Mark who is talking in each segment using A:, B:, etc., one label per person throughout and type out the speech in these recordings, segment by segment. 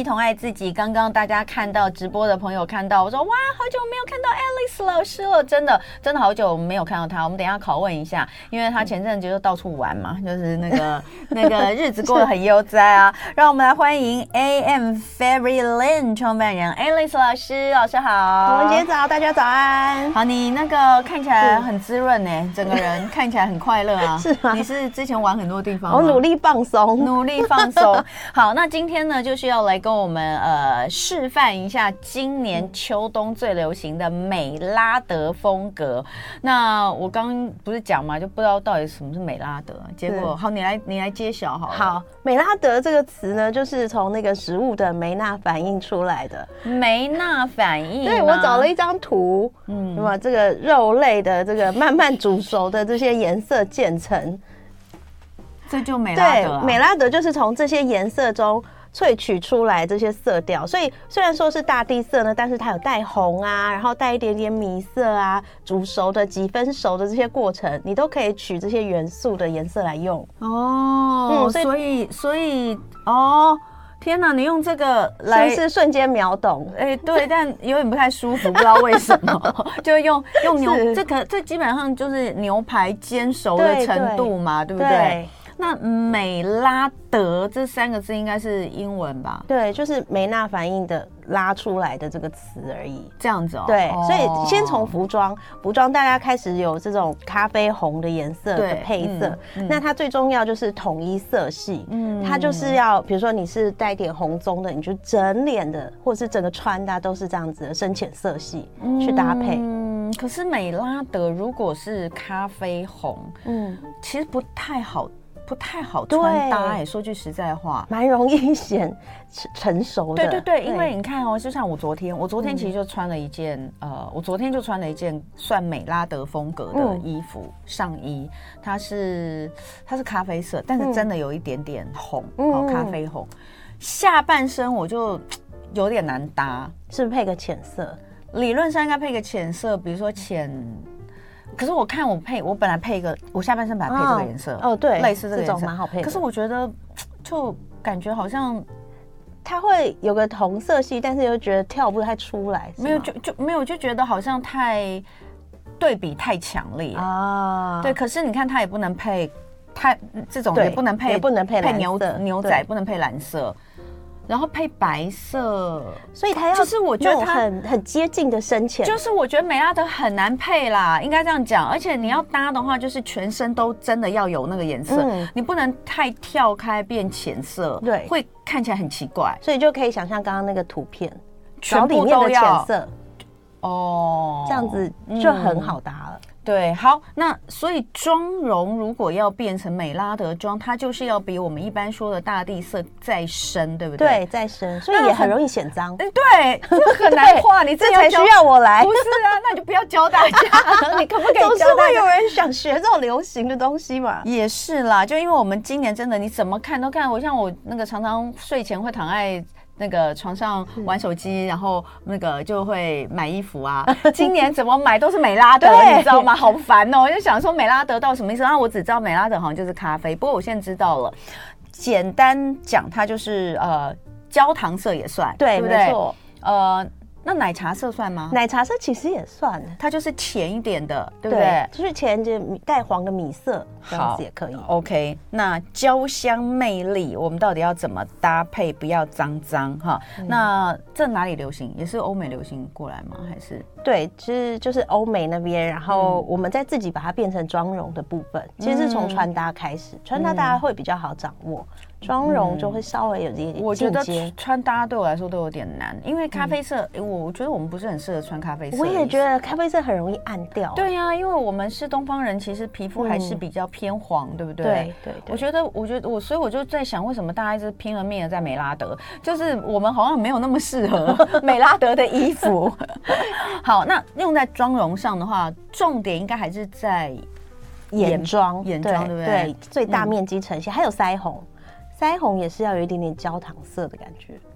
A: 同爱自己。刚刚大家看到直播的朋友看到，我说哇，好久没有看到 Alice 老师了，真的好久没有看到她。我们等一下拷问一下，因为她前阵子就到处玩嘛，就是那个日子过得很悠哉啊。让我们来欢迎 AM Fairy Land 创办人 Alice 老师，老师好。
B: 文姐早，大家早安。
A: 好，你那个看起来很滋润呢，整个人看起来很快乐啊。
B: 是吗？
A: 你是之前玩很多地方吗？
B: 我努力放松，
A: 努力放松。好，那今天呢，就是要来跟我们示范一下今年秋冬最流行的美拉德风格。那我刚不是讲嘛，就不知道到底什么是美拉德，结果好，你来揭晓好了。
B: 好，美拉德这个词呢，就是从那个食物的梅纳反应出来的。
A: 梅纳反应，
B: 对，我找了一张图，那么这个肉类的这个慢慢煮熟的这些颜色渐层。
A: 这就美拉德、啊、
B: 对，美拉德就是从这些颜色中萃取出来这些色调，所以虽然说是大地色呢，但是它有带红啊，然后带一点点米色啊，煮熟的几分熟的这些过程，你都可以取这些元素的颜色来用。
A: 哦，所以哦。天哪，你用这个来
B: 是不是瞬间秒懂？
A: 对，但有点不太舒服，不知道为什么。就用牛，这基本上就是牛排煎熟的程度嘛，对不对？那美拉德这3个字应该是英文吧？
B: 对，就是梅纳反应的拉出来的这个词而已。
A: 这样子哦。
B: 对，所以先从服装大家开始有这种咖啡红的颜色的配色，那它最重要就是统一色系。它就是要，比如说你是带点红棕的，你就整脸的或者是整个穿搭都是这样子的深浅色系去搭配。
A: 可是美拉德如果是咖啡红，其实不太好穿搭说句实在话，
B: 蛮容易显成熟的。
A: 对，因为你看哦，就像我昨天其实就穿了一件我昨天就穿了一件算美拉德风格的衣服，上衣，它是咖啡色，但是真的有一点点红，咖啡红。下半身我就有点难搭，
B: 是不是配个浅色？
A: 理论上应该配个浅色，比如说浅。可是我看我本来配一个，我下半身本来配这个颜色，
B: 对，
A: 类似这个颜色，
B: 这种蛮好配的。
A: 可是我觉得就感觉好像
B: 它会有个同色系，但是又觉得跳不太出来，
A: 没有就觉得好像太对比太强烈啊。对，可是你看它也不能配，它这种也不能配牛仔，不能配蓝色。然后配白色，
B: 所以它要
A: 就是我觉得它
B: 很接近的深浅，
A: 就是我觉得美拉德很难配啦，应该这样讲。而且你要搭的话，就是全身都真的要有那个颜色，你不能太跳开变浅色，对，会看起来很奇怪。
B: 所以就可以想象刚刚那个图片，
A: 全部都要
B: 里面的浅色，这样子就很好搭了。
A: 对，好，那所以妆容如果要变成美拉德妆，它就是要比我们一般说的大地色再深，对不对？
B: 对，再深，所以也很容易显脏。
A: 对，这很难画，你
B: 这才需要我来。
A: 不是啊，那你就不要教大家，你可不可以教大家？
B: 总是会有人想学这种流行的东西嘛？
A: 也是啦，就因为我们今年真的，你怎么看都看，我像我那个常常睡前会躺在那个床上玩手机，然后那个就会买衣服啊。今年怎么买都是美拉德，你知道吗？好烦哦！我就想说美拉德到什么意思？然后我只知道美拉德好像就是咖啡，不过我现在知道了。简单讲，它就是焦糖色也算，对不对？没错。那奶茶色算吗？
B: 奶茶色其实也算，
A: 它就是浅一点的，对不对？
B: 就是浅点带黄的米色，这样子也可以。
A: OK， 那焦香魅力，我们到底要怎么搭配，不要脏脏哈？那这哪里流行？也是欧美流行过来吗？还是？
B: 对，其实就是欧美那边，然后我们再自己把它变成妆容的部分，其实是从穿搭开始，穿搭大家会比较好掌握。妆容就会稍微有点进阶。
A: 我觉得穿搭对我来说都有点难，因为咖啡色，我觉得我们不是很适合穿咖啡色。
B: 我也觉得咖啡色很容易暗掉。
A: 对呀，因为我们是东方人，其实皮肤还是比较偏黄，对不对？
B: 对。
A: 我觉得所以我就在想，为什么大家一直拼了命的在美拉德，就是我们好像没有那么适合美拉德的衣服。好，那用在妆容上的话，重点应该还是在眼妆，对不对？
B: 对，最大面积呈现，还有腮红。腮红也是要有一点点焦糖色的感觉。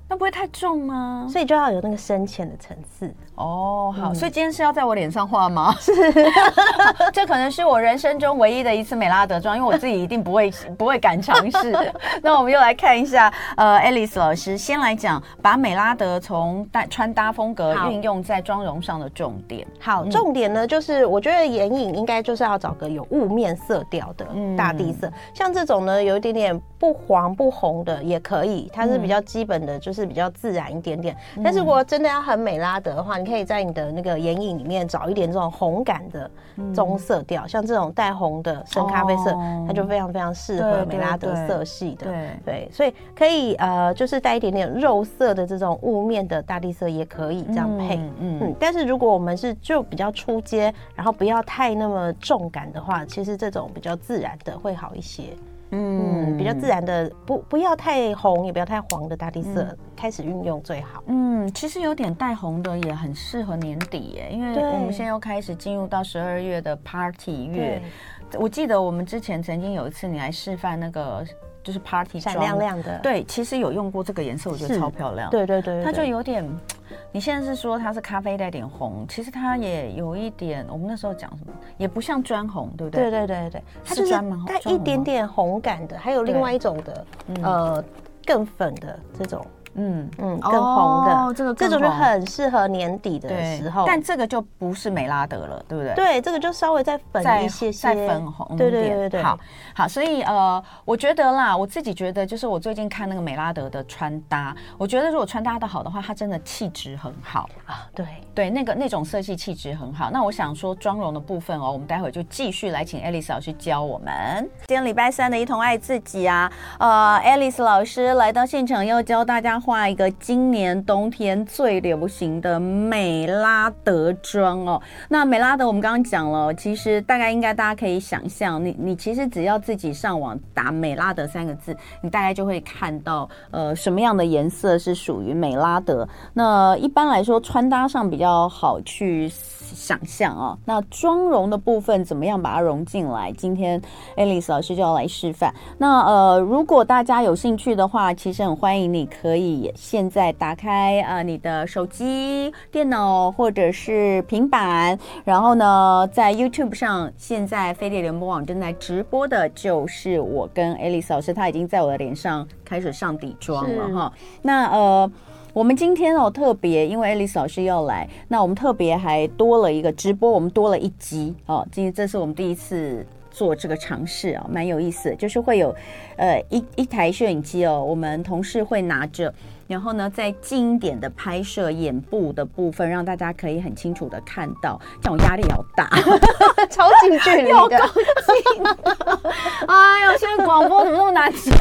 A: 那不会太重吗？
B: 所以就要有那个深浅的层次。
A: 哦，好，所以今天是要在我脸上画吗？是，这可能是我人生中唯一的一次美拉德妆，因为我自己一定不会敢尝试。那我们又来看一下，Alice 老师先来讲，把美拉德从穿搭风格运用在妆容上的重点。
B: 好，重点呢就是我觉得眼影应该就是要找个有雾面色调的大地色，像这种呢有一点点不黄不红的也可以，它是比较基本的，就是比较自然一点点。但是如果真的要很美拉德的话，你可以在你的那个眼影里面找一点这种红感的棕色调，像这种带红的深咖啡色，它就非常非常适合美拉德色系的。对，所以可以就是带一点点肉色的这种雾面的大地色也可以这样配。但是如果我们是就比较出街，然后不要太那么重感的话，其实这种比较自然的会好一些。比较自然的，不要太红，也不要太黄的大地色，开始运用最好。
A: 其实有点带红的也很适合年底耶，因为我们现在又开始进入到12月的 Party 月。我记得我们之前曾经有一次你来示范那个就是 Party 妆，
B: 闪亮亮的。
A: 对，其实有用过这个颜色，我觉得超漂亮。
B: 对，
A: 它就有点。你现在是说它是咖啡带点红，其实它也有一点，我们那时候讲什么，也不像砖红，对不对？
B: 对，它就是带一点点红感的，还有另外一种的，更粉的这种。更红的，这种就很适合年底的时候。
A: 但这个就不是美拉德了，对不对？
B: 对，这个就稍微再粉一些，
A: 再粉红一点。对。好，所以我觉得啦，我自己觉得，就是我最近看那个美拉德的穿搭，我觉得如果穿搭的好的话，它真的气质很好
B: 啊。
A: 对，那种色系气质很好。那我想说妆容的部分我们待会就继续来请 Alice 老师教我们。今天礼拜三的一同爱自己啊，Alice 老师来到现场要教大家画一个今年冬天最流行的美拉德妆哦。那美拉德我们刚刚讲了，其实大概应该大家可以想象，你其实只要自己上网打美拉德3个字，你大概就会看到什么样的颜色是属于美拉德。那一般来说穿搭上比较好去想象啊，那妆容的部分怎么样把它融进来？今天 Alice 老师就要来示范。那如果大家有兴趣的话，其实很欢迎你可以现在打开你的手机、电脑或者是平板，然后呢，在 YouTube 上，现在飞碟联播网正在直播的就是我跟 Alice 老师，她已经在我的脸上开始上底妆了哈。那我们今天特别，因为 Alice 老师要来，那我们特别还多了一个直播，我们多了一集哦。今天这是我们第一次做这个尝试啊，蛮有意思的，就是会有一台摄影机哦，我们同事会拿着，然后呢再近一点的拍摄眼部的部分，让大家可以很清楚的看到，这种压力好大，
B: 超近距离的，
A: 又高近，哎呦，现在广播怎么那么难做？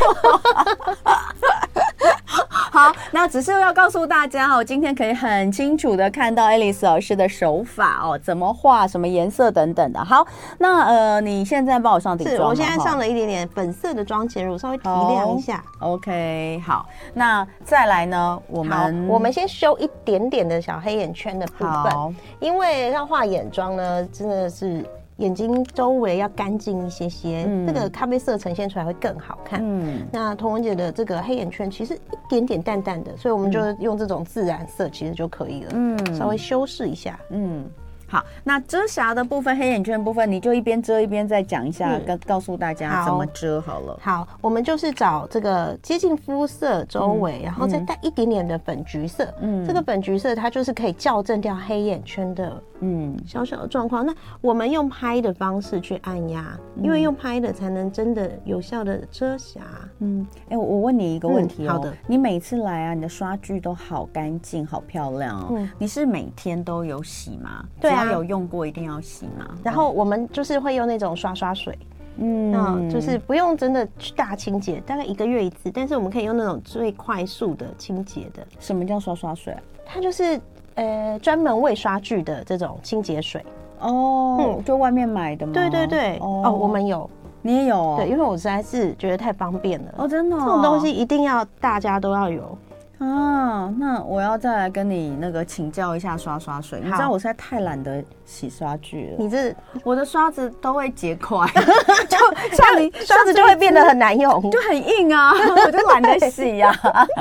A: 好，那只是要告诉大家我今天可以很清楚的看到 Alice 老师的手法怎么画，什么颜色等等的。好，那你现在帮我上底妆，
B: 我现在上了一点点粉色的妆前乳，稍微提亮一下。
A: OK， 好，那再来呢，我们先
B: 修一点点的小黑眼圈的部分，因为要画眼妆呢，真的是眼睛周围要干净一些些，这个咖啡色呈现出来会更好看。那童文姐的这个黑眼圈其实一点点淡淡的，所以我们就用这种自然色其实就可以了。稍微修饰一下。
A: 好，那遮瑕的部分，黑眼圈的部分，你就一边遮一边再讲一下，告诉大家怎么遮好了。
B: 好，我们就是找这个接近肤色周围，然后再带一点点的粉橘色。这个粉橘色它就是可以校正掉黑眼圈的小小的状况。那我们用拍的方式去按压，因为用拍的才能真的有效的遮瑕。
A: 我问你一个问题
B: 好的，
A: 你每次来啊，你的刷具都好干净，好漂亮哦。你是每天都有洗吗？
B: 对啊。
A: 有用过一定要洗吗？
B: 然后我们就是会用那种刷水，就是不用真的去大清洁，大概1个月1次，但是我们可以用那种最快速的清洁的。
A: 什么叫刷水？
B: 它就是专门为刷具的这种清洁水
A: 就外面买的吗？
B: 对我们有，
A: 你也有
B: 对，因为我实在是觉得太方便了
A: 真的
B: 这种东西一定要大家都要有。
A: 那我要再来跟你请教一下刷水。你知道我实在太懒得洗刷具了，我的刷子都会结块，就像你
B: 刷子就会变得很难用，
A: 就很硬啊，我就懒得洗啊。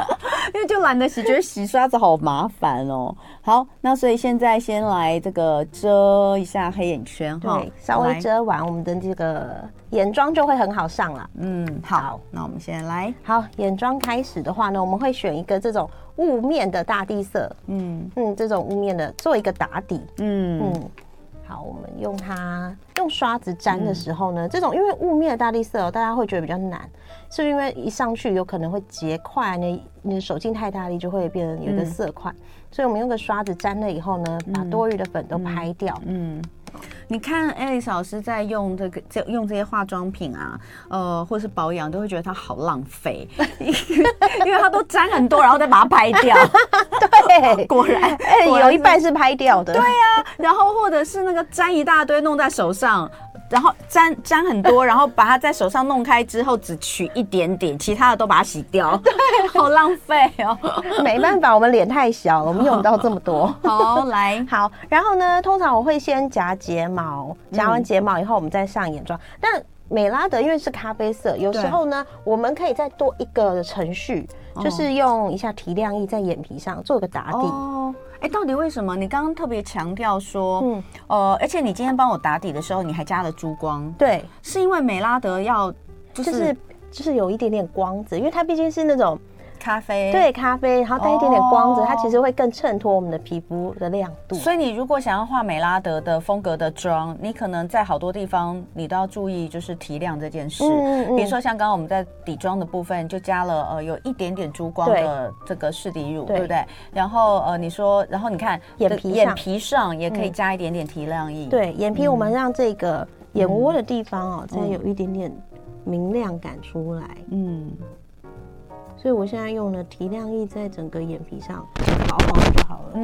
A: 因为就懒得洗，觉得洗刷子好麻烦哦。好，那所以现在先来这个遮一下黑眼圈哈，
B: 对，稍微遮完，我们的这个眼妆就会很好上了。
A: 好，那我们先来。
B: 好，眼妆开始的话呢，我们会选一个这种雾面的大地色，这种雾面的做一个打底，好，我们用刷子沾的时候呢，这种因为雾面的大地色大家会觉得比较难，是因为一上去有可能会结块，你的手劲太大力就会变成有一个色块，所以我们用个刷子沾了以后呢，把多余的粉都拍掉。
A: 你看 Alice 老师在用用这些化妆品啊，或是保养，都会觉得它好浪费，因为它都沾很多，然后再把它拍掉。
B: 对，
A: 果然
B: 有一半是拍掉的。
A: 对啊，然后或者是那个沾一大堆弄在手上，然后沾很多，然后把它在手上弄开之后，只取一点点，其他的都把它洗掉。对，好浪费哦。
B: 没办法，我们脸太小，我们用不到这么多。
A: 好，来，
B: 好，然后呢，通常我会先夹睫毛，夹完睫毛以后，我们再上眼妆。但美拉德因为是咖啡色，有时候呢，我们可以再多一个程序，就是用一下提亮液在眼皮上做个打底。
A: 到底为什么？你刚刚特别强调说，而且你今天帮我打底的时候，你还加了珠光，
B: 对，
A: 是因为美拉德要
B: 就是有一点点光泽，因为它毕竟是那种
A: 咖啡，
B: 对，咖啡，然后带一点点光泽，它其实会更衬托我们的皮肤的亮度。
A: 所以你如果想要画美拉德的风格的妆，你可能在好多地方你都要注意，就是提亮这件事。比如说像刚刚我们在底妆的部分就加了有一点点珠光的这个适底乳，对不对？然后你说，然后你看眼皮上也可以加一点点提亮液。
B: 对，眼皮我们让这个眼窝的地方再有一点点明亮感出来。所以我现在用了提亮液在整个眼皮上薄薄的就好了。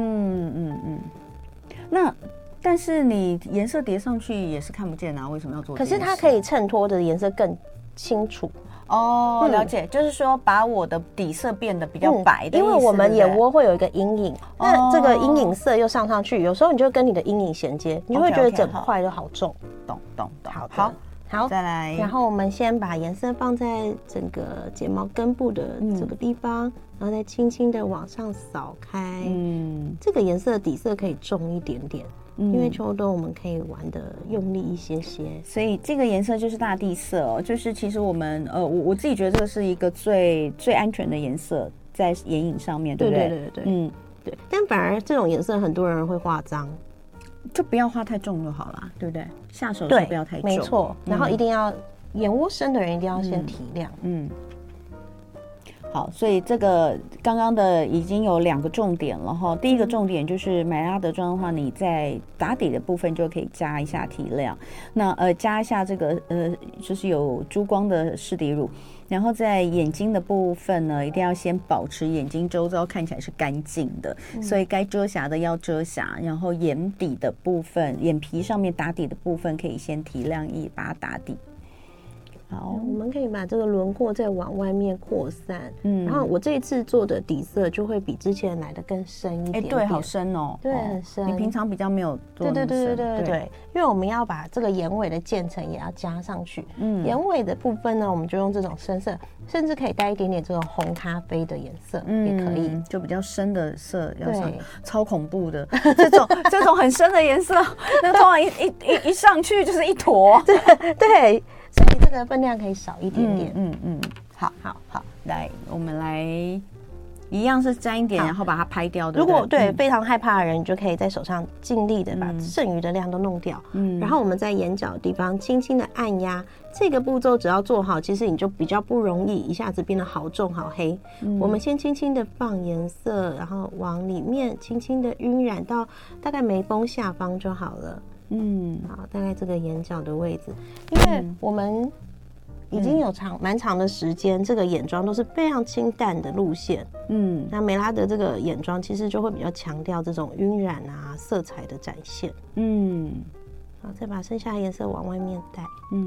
A: 那但是你颜色叠上去也是看不见啊，为什么要做这件事？
B: 可是它可以衬托的颜色更清楚。
A: 了解，就是说把我的底色变得比较白的意思，
B: 因为我们眼窝会有一个阴影，那这个阴影色又上去，有时候你就跟你的阴影衔接，你就会觉得整块都好重。
A: 懂。
B: 好，
A: 再来，
B: 然后我们先把颜色放在整个睫毛根部的这个地方，然后再轻轻的往上扫开。这个颜色底色可以重一点点，因为秋冬我们可以玩的用力一些些。
A: 所以这个颜色就是大地色哦，就是其实我们我自己觉得这个是一个最安全的颜色在眼影上面，对不对？
B: 对。对，但反而这种颜色很多人会画脏。
A: 就不要画太重就好了，对不对？下手是不要太重，
B: 没错。然后一定要眼窝深的人一定要先提亮。
A: 好，所以这个刚刚的已经有2个重点了哈。第一个重点就是美拉德妆的话，你在打底的部分就可以加一下提亮，那加一下这个就是有珠光的适底乳。然后在眼睛的部分呢，一定要先保持眼睛周遭看起来是干净的，所以该遮瑕的要遮瑕，然后眼底的部分，眼皮上面打底的部分可以先提亮液把它打底。好，
B: 我们可以把这个轮廓再往外面扩散。然后我这一次做的底色就会比之前来的更深一点点。
A: 对，好深哦。
B: 对，很深。
A: 你平常比较没有做那么深。
B: 对，因为我们要把这个眼尾的渐层也要加上去。眼尾的部分呢，我们就用这种深色，甚至可以带一点点这种红咖啡的颜色，也可以，
A: 就比较深的色，要上，超恐怖的这种很深的颜色，那通常一上去就是一坨。
B: 对。所以这个分量可以少一点点。
A: 好，来，我们来一样是沾一点，然后把它拍掉。
B: 如果非常害怕的人，你就可以在手上尽力的把剩余的量都弄掉。然后我们在眼角的地方轻轻的按压，这个步骤只要做好，其实你就比较不容易一下子变得好重好黑。我们先轻轻的放颜色，然后往里面轻轻的晕染到大概眉峰下方就好了。好，大概这个眼角的位置，因为我们已经有蛮长的时间，这个眼妆都是非常清淡的路线。那美拉德这个眼妆其实就会比较强调这种晕染啊、色彩的展现。好，再把剩下的颜色往外面带。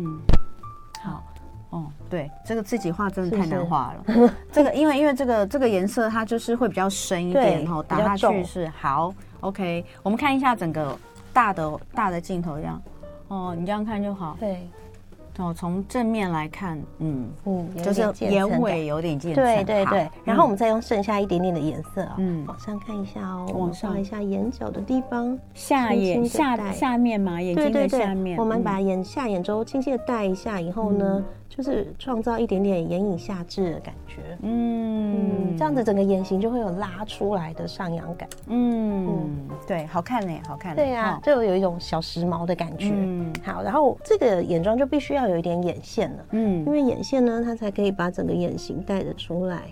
A: 好，对，这个自己画真的太难画了。这个因为这个颜色它就是会比较深一点，然后打下去是好。OK， 我们看一下整个大的镜头这样。你这样看就好。
B: 对，
A: 从正面来看，就是眼尾有点渐层，
B: 对对对。然后我们再用剩下一点点的颜色往上看一下哦，往上一下眼角的地方，
C: 下面嘛，眼睛的下面。
B: 我们把下眼周轻轻的带一下以后呢，就是创造一点点眼影下至的感觉，这样子整个眼型就会有拉出来的上扬感，
A: 对，好看呢，好看。
B: 对啊，就有一种小时髦的感觉。好，然后这个眼妆就必须要有一点眼线了，因为眼线呢，它才可以把整个眼型带得出来。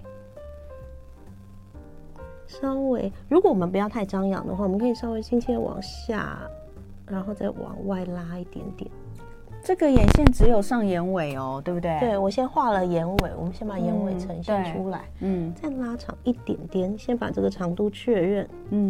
B: 稍微，如果我们不要太张扬的话，我们可以稍微轻轻的往下，然后再往外拉一点点。
A: 这个眼线只有上眼尾哦，对不对？
B: 对，我先画了眼尾，我们先把眼尾呈现出来，再拉长一点点，先把这个长度确认，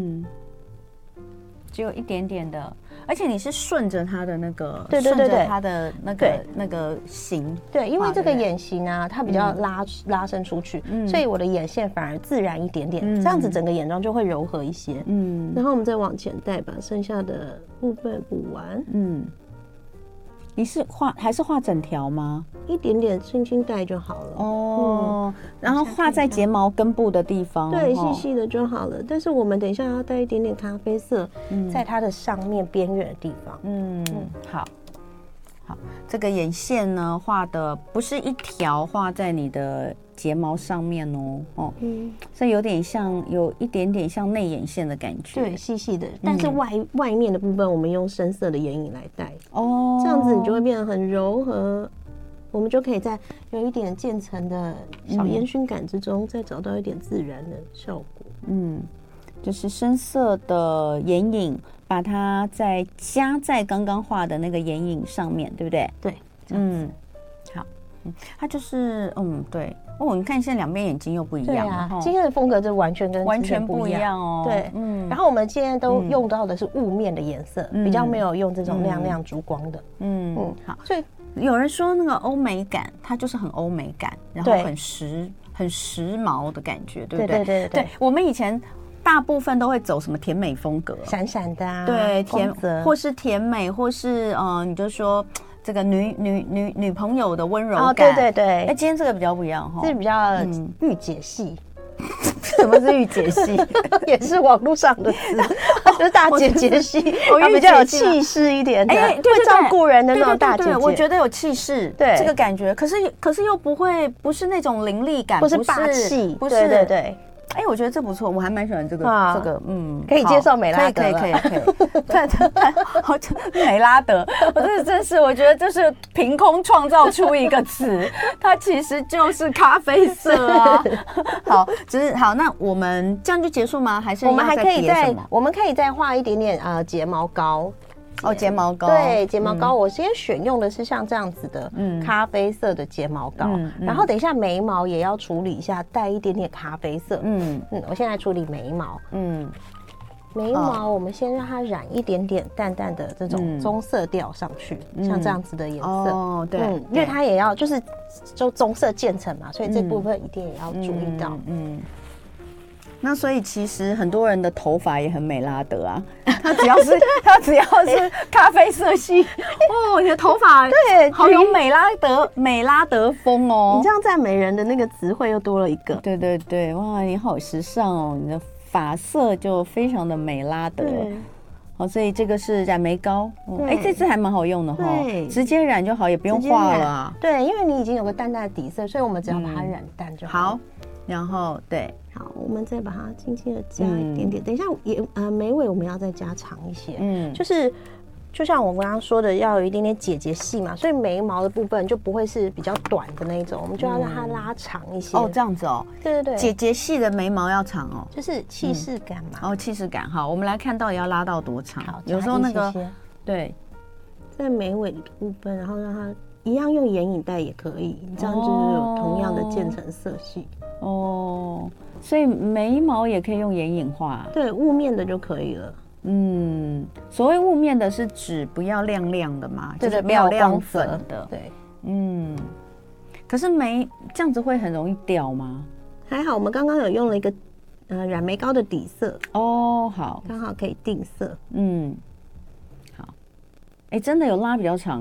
A: 只有一点点的，而且你是顺着它的那个，
B: 对，
A: 顺着它的那个形，
B: 对，因为这个眼型啊，它比较拉伸出去，所以我的眼线反而自然一点点，这样子整个眼妆就会柔和一些，然后我们再往前带，把剩下的部分补完，
C: 你是还是画整条吗？
B: 一点点轻轻带就好了
C: 哦。然后画在睫毛根部的地方，
B: 对，细细的就好了。但是我们等一下要带一点点咖啡色，在它的上面边缘的地方。
A: 好，这个眼线呢画的不是一条画在你的睫毛上面哦，所以有一点点像内眼线的感觉，
B: 对，细细的。但是外面的部分我们用深色的眼影来带，
A: 哦，
B: 这样子你就会变得很柔和。我们就可以在有一点渐层的小烟熏感之中，再找到一点自然的效果。
A: 就是深色的眼影，把它再加在刚刚画的那个眼影上面，对不对？
B: 对，
A: 好，它就是对哦，你看现在两边眼睛又不一样，
B: 今天的风格就完全
A: 不一样哦。
B: 对，然后我们现在都用到的是雾面的颜色，比较没有用这种亮亮珠光的。
A: 好，所以有人说那个欧美感，它就是很欧美感，然后很时髦的感觉，对不对？对，我们以前大部分都会走什么甜美风格，
B: 闪闪的啊，
A: 对，或是甜美，或是你就说这个女朋友的温柔感，
B: 对。
A: 今天这个比较不一样哈，
B: 这比较御姐系。
A: 什么是御姐系？
B: 也是网络上的词，就是大姐姐系，它比较有气势一点的，会照顾人的那种大姐姐。
A: 我觉得有气势，对这个感觉，可是又不是那种凌厉感，
B: 不是霸气，
A: 不是
B: 对。
A: 我觉得这不错，我还蛮喜欢这个，
B: 可以接受美拉德，
A: 可以。好，美拉德，我真是，我觉得就是凭空创造出一个词，它其实就是咖啡色啊。好，好，那我们这样就结束吗？还是
B: 我们还可以再画一点点睫毛膏。
A: 睫毛膏，
B: 对，睫毛膏，我先选用的是像这样子的咖啡色的睫毛膏，然后等一下眉毛也要处理一下，带一点点咖啡色。我现在处理眉毛，眉毛我们先让它染一点点淡淡的这种棕色调上去，像这样子的颜色。
A: 对，
B: 因为它也要就棕色渐层嘛，所以这部分一定也要注意到。
A: 那所以其实很多人的头发也很美拉德啊，他只要是咖啡色系你的头发对好有美拉德风哦。
B: 你这样赞美人的那个词汇又多了一个。
A: 对，哇，你好时尚哦，你的发色就非常的美拉德。所以这个是染眉膏，这支还蛮好用的哈，直接染就好，也不用画了啊。
B: 对，因为你已经有个淡淡的底色，所以我们只要把它染淡就好。
A: 好，然后
B: 好，我们再把它轻轻的加一点点。等一下眉尾我们要再加长一些，就像我刚刚说的，要有一点点姐姐系嘛，所以眉毛的部分就不会是比较短的那一种，我们就要让它拉长一些。
A: 这样子哦。
B: 对，
A: 姐姐系的眉毛要长哦，
B: 就是气势感嘛。
A: 气势感。好，我们来看到底要拉到多长。
B: 好，
A: 有时候那个对，
B: 在眉尾的部分，然后让它一样用眼影带也可以，这样就是有同样的渐层色系。
A: 所以眉毛也可以用眼影画。
B: 对，雾面的就可以了。
A: 所谓雾面的是指不要亮亮的嘛，
B: 就是
A: 没有亮粉的。
B: 对，
A: 可是这样子会很容易掉吗？
B: 还好，我们刚刚有用了一个染眉膏的底色。
A: 好，
B: 刚好可以定色。
A: 好，真的有拉比较长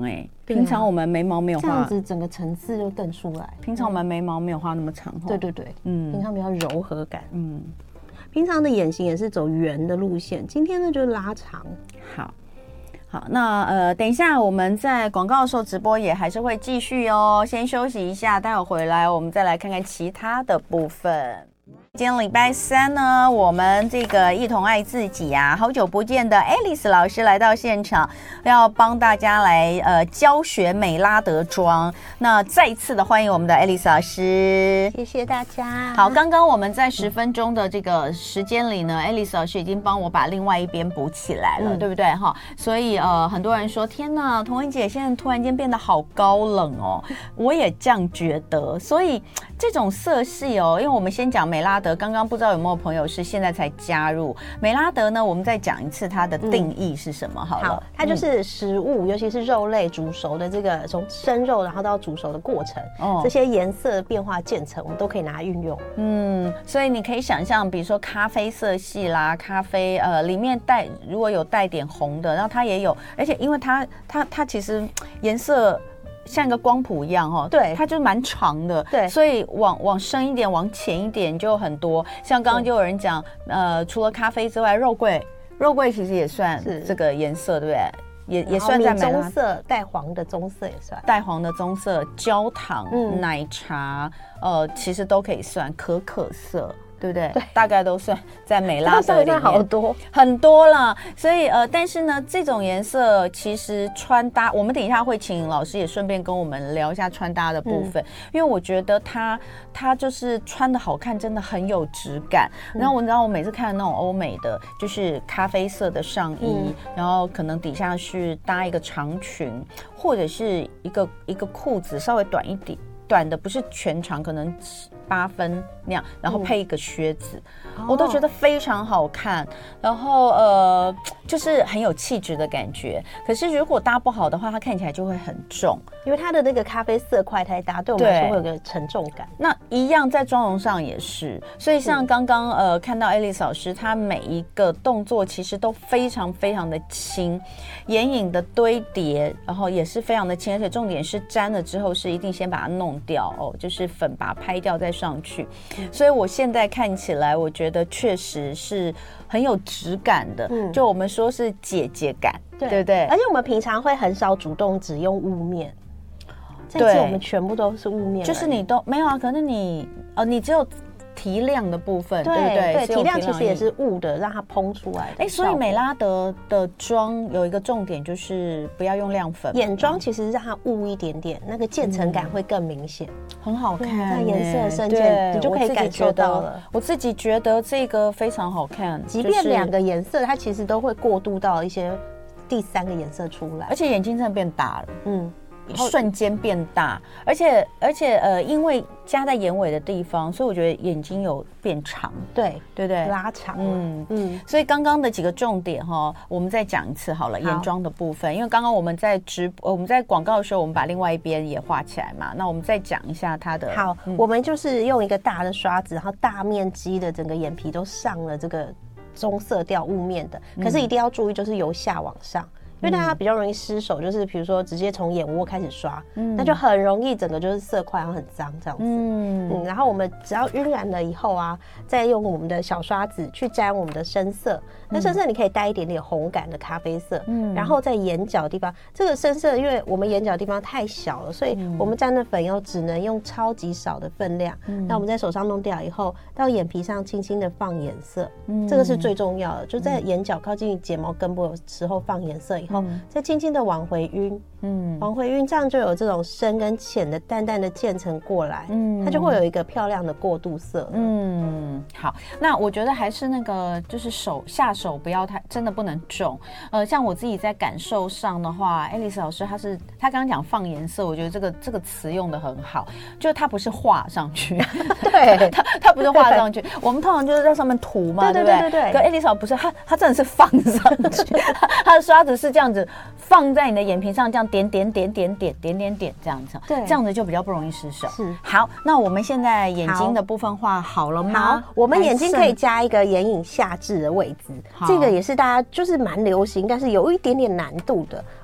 C: 平常我们眉毛没有画，
B: 这样子整个层次就更出来。
C: 平常我们眉毛没有画那么长。
B: 对对对，平常比较柔和感。平常的眼型也是走圆的路线，今天呢就拉长。
A: 好，那等一下我们在广告的时候直播也还是会继续哦，先休息一下，待会回来我们再来看看其他的部分。今天礼拜三呢，我们这个一同爱自己啊，好久不见的 Alice 老师来到现场，要帮大家来教学美拉德妆。那再一次的欢迎我们的 Alice 老师，
B: 谢谢大家。
A: 好，刚刚我们在10分钟的这个时间里呢，Alice 老师已经帮我把另外一边补起来了，对不对哈？所以很多人说天哪，童文姐现在突然间变得好高冷哦，我也这样觉得。所以这种色系哦，因为我们先讲美拉德，刚刚不知道有没有朋友是现在才加入美拉德呢？我们再讲一次它的定义是什么好了。
B: 好，它就是食物，尤其是肉类煮熟的这个从生肉然后到煮熟的过程，这些颜色的变化渐层，我们都可以拿来运用。
A: 所以你可以想象，比如说咖啡色系啦，咖啡里面如果有带点红的，然后它也有，而且因为它其实颜色像一个光谱一样哦，
B: 对，
A: 它就蛮长的，
B: 对，
A: 所以往深一点，往浅一点就很多。像刚刚就有人讲，除了咖啡之外，肉桂其实也算这个颜色，对不对？也算在美拉德。
B: 棕色带黄的棕色也算，
A: 带黄的棕色、焦糖、奶茶，其实都可以算可色。对不对？对，大概都算在美拉德里面，
B: 好多
A: 很多了。所以但是呢，这种颜色其实穿搭，我们等一下会请老师也顺便跟我们聊一下穿搭的部分，因为我觉得他就是穿的好看，真的很有质感。然后你知道我每次看那种欧美的，就是咖啡色的上衣，然后可能底下是搭一个长裙，或者是一个裤子稍微短一点。短的不是全长，可能8分那样，然后配一个靴子，我都觉得非常好看。然后就是很有气质的感觉。可是如果搭不好的话，它看起来就会很重，
B: 因为它的那个咖啡色块太大，对我们来说会有个沉重感。
A: 那一样在妆容上也是，所以像刚刚看到 Alice 老师，她每一个动作其实都非常非常的轻，眼影的堆叠，然后也是非常的轻，而且重点是沾了之后是一定先把它弄掉哦，就是粉把它拍掉再上去。所以我现在看起来，我觉得确实是很有质感的，就我们说是姐姐感，对不对？
B: 而且我们平常会很少主动只用雾面，这次我们全部都是雾面，
A: 就是你都没有啊？可能你只有提亮的部分，对不对？
B: 对，提亮其实也是雾的，让它蓬出来的。
A: 所以美拉德的妆有一个重点就是不要用亮粉，
B: 眼妆其实让它雾一点点，那个渐层感会更明显，
A: 很好看。
B: 那颜色深渐，你就可以感受到了。
A: 我自己觉得这个非常好看，
B: 即便2个颜色，它其实都会过渡到一些第3个颜色出来，
A: 而且眼睛真的变大了，瞬间变大，而且因为加在眼尾的地方，所以我觉得眼睛有变长，
B: 对
A: 不对？
B: 拉长，
A: 所以刚刚的几个重点哈，我们再讲一次好了，眼妆的部分，因为刚刚我们在广告的时候，我们把另外一边也画起来嘛，那我们再讲一下它的。
B: 好，我们就是用一个大的刷子，然后大面积的整个眼皮都上了这个棕色调雾面的，可是一定要注意，就是由下往上。因为大家比较容易失手，就是比如说直接从眼窝开始刷，那就很容易整个就是色块然后很脏这样子。然后我们只要晕染了以后啊，再用我们的小刷子去沾我们的深色。那深色你可以带一点点红感的咖啡色，然后在眼角地方，这个深色因为我们眼角地方太小了，所以我们沾的粉又只能用超级少的分量。那我们在手上弄掉以后，到眼皮上轻轻的放颜色，这个是最重要的，就在眼角靠近睫毛根部的时候放颜色以后，再轻轻的往回晕，往回晕，这样就有这种深跟浅的淡淡的渐层过来，它就会有一个漂亮的过渡色。
A: 好，那我觉得还是那个就是下手不要太，真的不能重。像我自己在感受上的话，Alice 老师他刚刚讲放颜色，我觉得这个词用的很好，就它不是画上去，
B: 对，
A: 它不是画上去，我们通常就是在上面涂嘛，对不对？对。可 Alice 老师不是，他真的是放上去，他的刷子是这样子放在你的眼皮上，这样点这样子，对，这样子就比较不容易失手。是。好，那我们现在眼睛的部分画好了吗？
B: 好，我们眼睛可以加一个眼影下至的位置，这个也是大家就是蛮流行，但是有一点点难度的。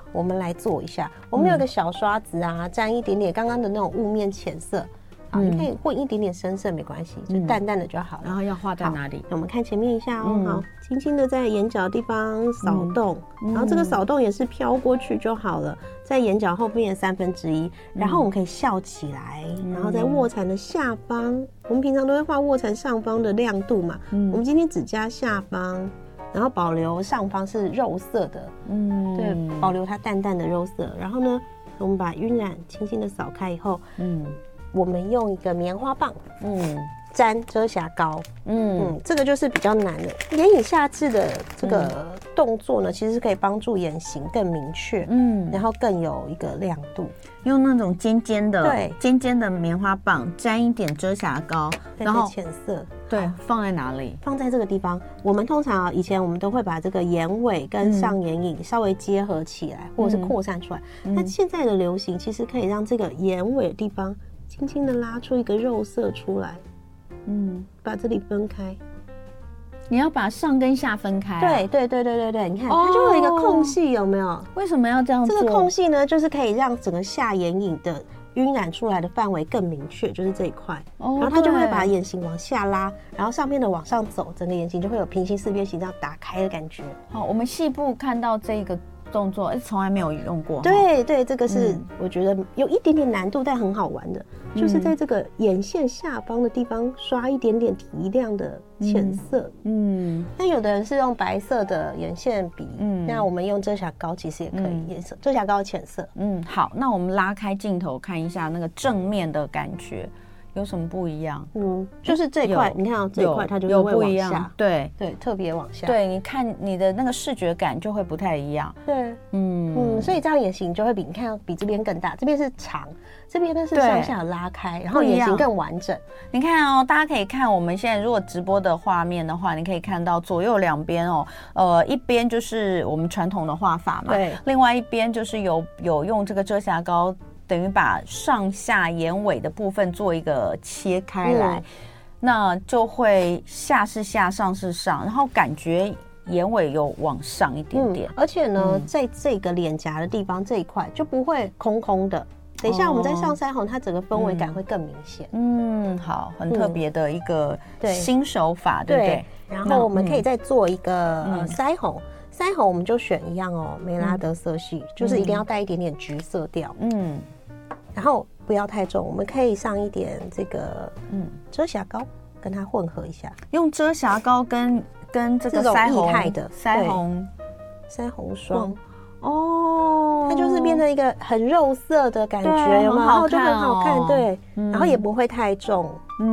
B: 我们来做一下。我们有个小刷子啊，沾一点点刚刚的那种雾面浅色。好，你可以混一点点深色没关系，就淡淡的就好了。
A: 然后要画在哪里？
B: 我们看前面一下哦。好，轻轻的在眼角的地方扫动，然后这个扫动也是飘过去就好了，在眼角后面1/3，然后我们可以笑起来，然后在卧蚕的下方，我们平常都会画卧蚕上方的亮度嘛，我们今天只加下方。然后保留上方是肉色的，对，保留它淡淡的肉色。然后呢，我们把晕染轻轻的扫开以后，我们用一个棉花棒，沾遮瑕膏，这个就是比较难的。眼影下至的这个动作呢，其实是可以帮助眼型更明确，然后更有一个亮度。
A: 用那种尖尖的，
B: 对，
A: 尖尖的棉花棒沾一点遮瑕膏，
B: 然后浅色，
A: 对，放在哪里？
B: 放在这个地方。我们通常以前我们都会把这个眼尾跟上眼影稍微结合起来，或者是扩散出来。那现在的流行其实可以让这个眼尾的地方轻轻的拉出一个肉色出来，把这里分开。
A: 你要把上跟下分开、啊？
B: 对，你看、它就有一个空隙，有没有？
A: 为什么要这样做？
B: 这个空隙呢，就是可以让整个下眼影的晕染出来的范围更明确，就是这一块。然后它就会把眼型往下拉，然后上面的往上走，整个眼睛就会有平行四边形这样打开的感觉。
A: 好，我们细部看到这个动作，从来没有用过。
B: 对，这个是我觉得有一点点难度，但很好玩的，就是在这个眼线下方的地方刷一点点提亮的浅色。那有的人是用白色的眼线笔，那我们用遮瑕膏其实也可以，颜色遮瑕膏浅色。
A: 好，那我们拉开镜头看一下那个正面的感觉。有什么不一样？
B: 就是这一块，你看这一块它就是会往下，对，特别往下。
A: 对，你看你的那个视觉感就会不太一样。
B: 对，所以这样眼型就会比你看比这边更大，这边是长，这边呢是上下拉开，然后眼型更完整。
A: 你看哦，大家可以看我们现在如果直播的画面的话，你可以看到左右两边哦，一边就是我们传统的画法嘛，
B: 对，
A: 另外一边就是有用这个遮瑕膏。等于把上下眼尾的部分做一个切开来，那就会下是下，上是上，然后感觉眼尾有往上一点点。
B: 而且呢，在这个脸颊的地方这一块就不会空空的。等一下我们再上腮红，它整个氛围感会更明显。
A: 好，很特别的一个新手法，对不对？
B: 然后我们可以再做一个腮红。腮红我们就选一样哦，梅拉德色系，就是一定要带一点点橘色调。然后不要太重，我们可以上一点这个遮瑕膏，跟它混合一下。
A: 用遮瑕膏跟这个腮红
B: 液态的
A: 腮红
B: 霜它就是变成一个很肉色的感觉，有没有？然后就很好看，对，然后也不会太重。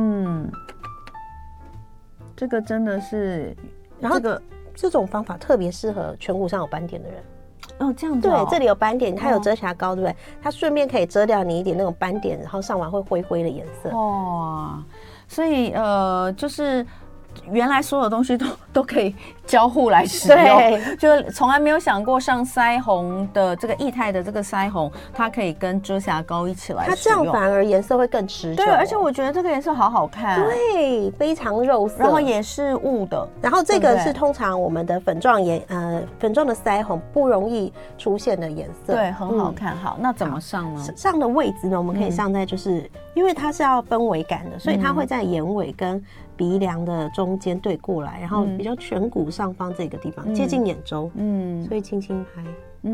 A: 这个真的是，
B: 然后这种方法特别适合颧骨上有斑点的人。
A: 这样子
B: 对，这里有斑点，它有遮瑕膏，对不对？它顺便可以遮掉你一点那种斑点，然后上完会灰灰的颜色。
A: 所以就是原来所有东西都可以交互来使用，
B: 对，
A: 就从来没有想过上腮红的这个液态的这个腮红，它可以跟遮瑕膏一起来使用，
B: 它这样反而颜色会更持久。
A: 对，而且我觉得这个颜色好好看，
B: 对，非常肉色，
A: 然后也是雾的，
B: 然后这个是通常我们的粉状的腮红不容易出现的颜色，
A: 对，很好看。好，那怎么上呢？
B: 上的位置呢，我们可以上在就是因为它是要氛围感的，所以它会在眼尾跟鼻梁的中间对过来，然后比较颧骨上方这个地方接近眼周，所以轻轻拍，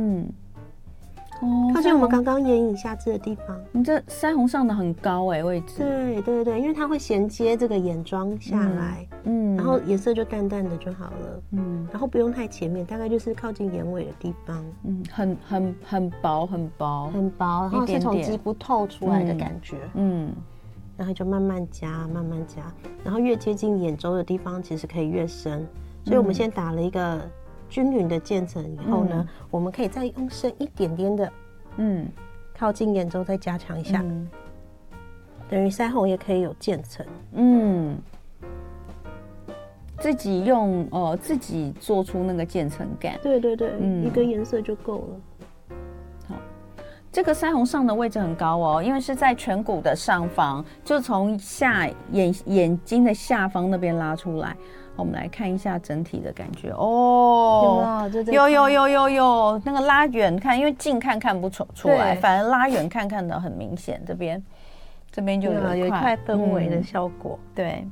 B: 靠近我们刚刚眼影下至的地方。
A: 你这腮红上的很高位置，
B: 对，因为它会衔接这个眼妆下来，然后颜色就淡淡的就好了，然后不用太前面，大概就是靠近眼尾的地方，
A: 很薄，
B: 然后是从肌肤透出来的感觉，然后就慢慢加，然后越接近眼周的地方，其实可以越深。所以我们先打了一个均匀的渐层以后呢，我们可以再用深一点点的，靠近眼周再加强一下，等于腮红也可以有渐层。
A: 自己用自己做出那个渐层感。
B: 对，一个颜色就够了。
A: 这个腮红上的位置很高哦，因为是在颧骨的上方，就从眼睛的下方那边拉出来我们来看一下整体的感觉哦，有那个拉远看，因为近看不出来，反而拉远看得很明显。这边就有
B: 一块氛围的效果，
A: 对，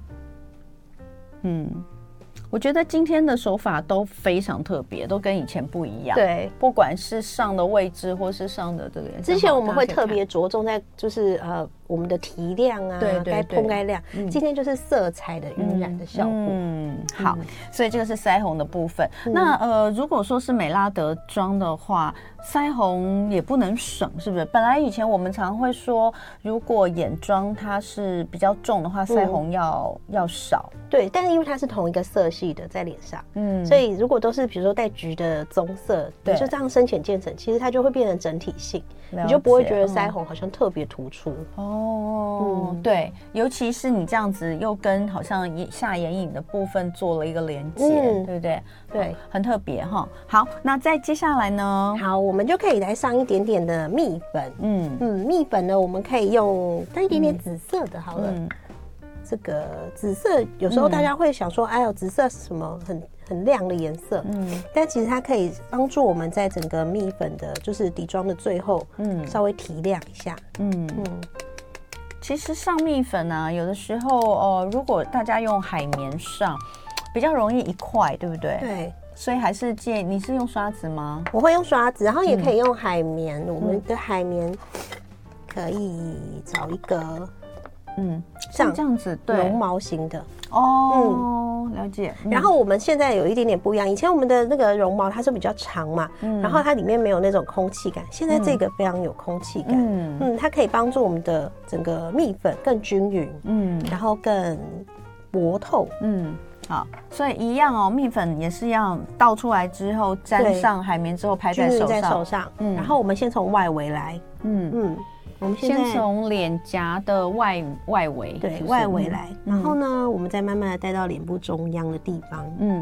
A: 我觉得今天的手法都非常特别，都跟以前不一样。
B: 对，
A: 不管是上的位置，或是上的这个，
B: 之前我们会特别着重在就是我们的提亮啊，该碰该亮。今天就是色彩的晕染的效果。
A: 好，所以这个是腮红的部分。那如果说是美拉德妆的话，腮红也不能省，是不是？本来以前我们常会说，如果眼妆它是比较重的话，腮红要少。
B: 对，但是因为它是同一个色系的在脸上，所以如果都是比如说带橘的棕色，你就这样深浅渐层，其实它就会变成整体性，你就不会觉得腮红好像特别突出。
A: 对，尤其是你这样子又跟好像下眼影的部分做了一个连接，对不对？
B: 对，
A: 很特别哈。好，那再接下来呢？
B: 好，我们就可以来上一点点的蜜粉。蜜粉呢，我们可以用带一点点紫色的，好了。这个紫色有时候大家会想说，哎呦，紫色是什么很亮的颜色？但其实它可以帮助我们在整个蜜粉的，就是底妆的最后，稍微提亮一下。
A: 其实上蜜粉啊，有的时候如果大家用海绵上，比较容易一块，对不对？
B: 对。
A: 所以还是建议你是用刷子吗？
B: 我会用刷子，然后也可以用海绵。我们的海绵可以找一个。
A: 像这样子，对，
B: 绒毛型的
A: 了解。
B: 然后我们现在有一点点不一样，以前我们的那个绒毛它是比较长嘛，然后它里面没有那种空气感，现在这个非常有空气感，它可以帮助我们的整个蜜粉更均匀，然后更薄透，
A: 好，所以一样哦，蜜粉也是要倒出来之后沾上海绵之后拍在手上，
B: 然后我们先从外围来，
A: 我们先从脸颊的外围，
B: 对，外围来，然后呢，我们再慢慢的带到脸部中央的地方，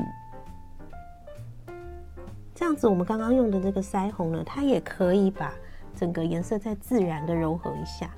B: 这样子我们刚刚用的这个腮红呢，它也可以把整个颜色再自然的柔和一下，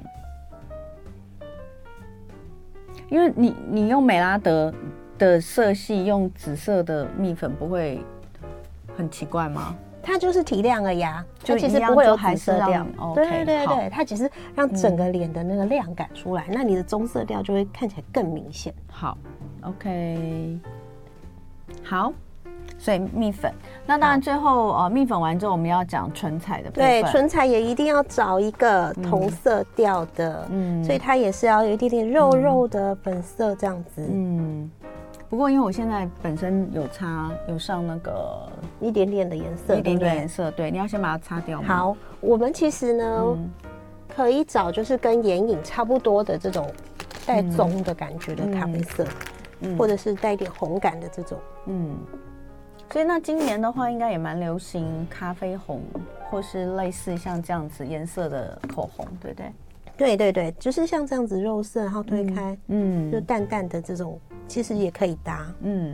A: 因为你用美拉德的色系用紫色的蜜粉不会很奇怪吗？它
B: 就是提亮而已啊，就其实不会有紫色调。对，它只是让整个脸的那个亮感出来，那你的棕色调就会看起来更明显。
A: 好 ，OK， 好，所以蜜粉，那当然最后蜜粉完之后，我们要讲唇彩的部分。
B: 对，唇彩也一定要找一个同色调的，所以它也是要有一点点肉肉的粉色这样子。
A: 不过因为我现在本身有上那个
B: 一点点的颜色，
A: 一点点颜色，对，你要先把它擦掉吗？
B: 好，我们其实呢可以找就是跟眼影差不多的这种带棕的感觉的咖啡色，或者是带一点红感的这种。
A: 所以那今年的话，应该也蛮流行咖啡红，或是类似像这样子颜色的口红，对不对？
B: 对，就是像这样子肉色，然后推开，就淡淡的这种。其实也可以搭，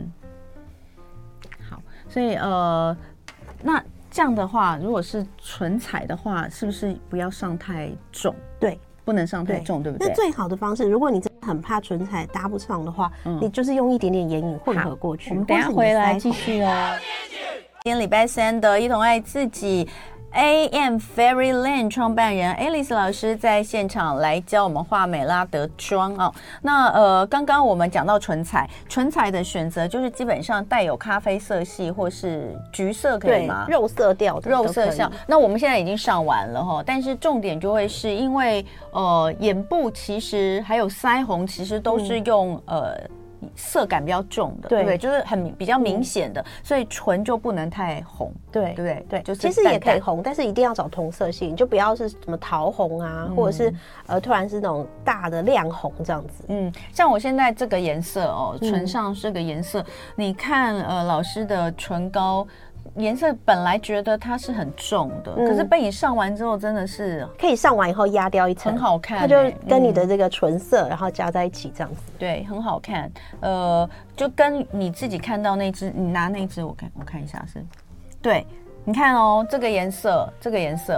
B: 好，所以那这样的话，如果是唇彩的话，是不是不要上太重？ 对，
A: 不能上太重，对不对？
B: 那最好的方式，如果你真的很怕唇彩搭不上的话，你就是用一点点眼影混合过去。
A: 我们等一下回来继续哦。今天礼拜三的一同爱自己。AM Fairy Land 创办人 Alice 老师在现场来教我们画美拉德妆哦。那刚刚我们讲到唇彩的选择就是基本上带有咖啡色系或是橘色，可以吗？
B: 肉色调的，
A: 肉色调。那我们现在已经上完了哈，但是重点就会是因为眼部其实还有腮红其实都是用色感比较重的，对不对？就是比较明显的，所以唇就不能太红，
B: 对
A: 不对？对，就是
B: 其实也可以红，但是一定要找同色系，你就不要是什么桃红啊，或者是突然是那种大的亮红这样子。
A: 像我现在这个颜色哦，唇上这个颜色，你看老师的唇膏。颜色本来觉得它是很重的，可是被你上完之后，真的是
B: 可以上完以后压掉一层，
A: 很好看。
B: 它就跟你的这个唇色，然后加在一起这样子，
A: 对，很好看。就跟你自己看到那支，你拿那支我看一下是，对，你看哦，这个颜色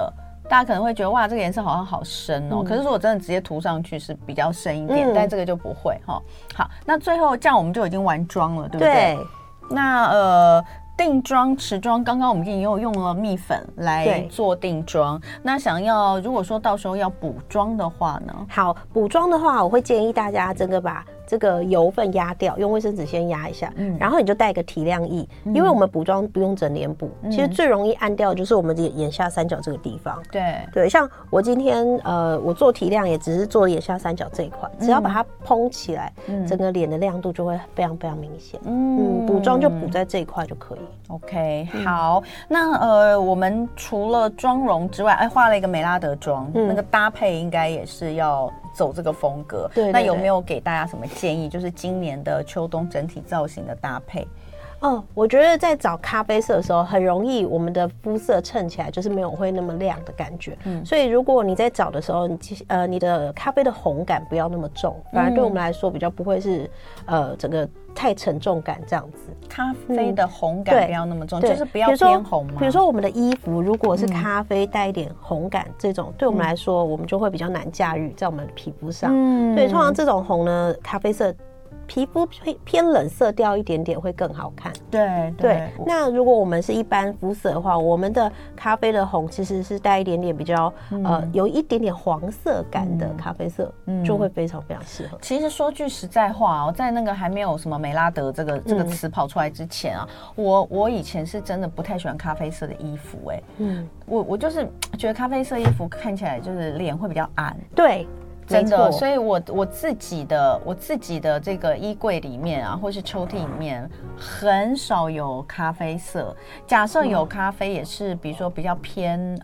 A: 大家可能会觉得哇，这个颜色好像好深哦。可是如果真的直接涂上去是比较深一点，但这个就不会哈。好，那最后这样我们就已经完妆了，对不对？
B: 对。
A: 那定妆、持妆，刚刚我们已经用了蜜粉来做定妆。那想要如果说到时候要补妆的话呢？
B: 好，补妆的话，我会建议大家这个把这个油分压掉，用卫生纸先压一下，然后你就带一个提亮液，因为我们补妆不用整脸补，其实最容易暗掉就是我们眼下三角这个地方。对，像我今天我做提亮也只是做眼下三角这一块，只要把它蓬起来，整个脸的亮度就会非常非常明显。补妆就补在这一块就可以。
A: OK， 好，那我们除了妆容之外，画了一个美拉德妆，那个搭配应该也是要走这个风格。对，那有没有给大家什么建议？就是今年的秋冬整体造型的搭配。
B: 我觉得在找咖啡色的时候，很容易我们的肤色衬起来就是没有会那么亮的感觉。所以如果你在找的时候，你的咖啡的红感不要那么重，反而对我们来说比较不会是整个太沉重感这样子。
A: 咖啡的红感不要那么重，就是不要偏红嘛。
B: 比如说我们的衣服如果是咖啡带一点红感，这种对我们来说，我们就会比较难驾驭在我们的皮肤上。所以通常这种红呢，咖啡色皮肤偏冷色调一点点会更好看。对。那如果我们是一般肤色的话，我们的咖啡的红其实是带一点点比较有一点点黄色感的咖啡色，就会非常非常适合。
A: 其实说句实在话在那个还没有什么美拉德这个词跑出来之前啊，我以前是真的不太喜欢咖啡色的衣服我就是觉得咖啡色衣服看起来就是脸会比较暗。
B: 对。
A: 真的，所以我自己的这个衣柜里面啊，或是抽屉里面很少有咖啡色。假设有咖啡，也是比如说比较偏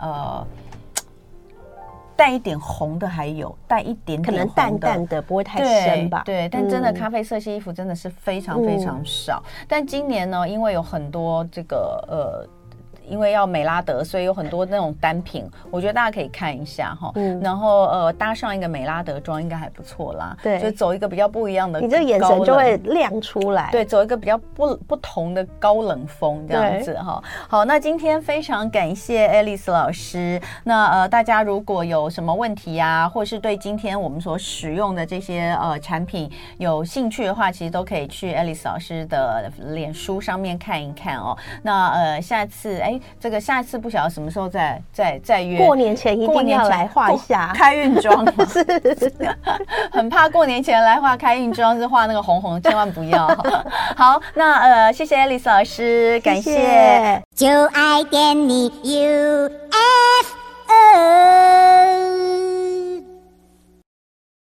A: 带一点红的，还有带一点点
B: 可能淡淡的，不会太深吧？
A: 对，但真的咖啡色系衣服真的是非常非常少。但今年呢，因为有很多这个因为要美拉德，所以有很多那种单品，我觉得大家可以看一下哈。然后搭上一个美拉德妆应该还不错啦。对，就走一个比较不一样的，
B: 你这眼神就会亮出来。
A: 对，走一个比较不同的高冷风这样子哈。好，那今天非常感谢 Alice 老师。那大家如果有什么问题啊，或是对今天我们所使用的这些产品有兴趣的话，其实都可以去 Alice 老师的脸书上面看一看哦。那下次这个下一次不晓得什么时候再约，
B: 过年前一定要来画一下
A: 开运妆是很怕过年前来画开运妆是画那个红红，千万不要。好，那谢谢 Alice 老师，感谢。
D: 就爱点你 UFO。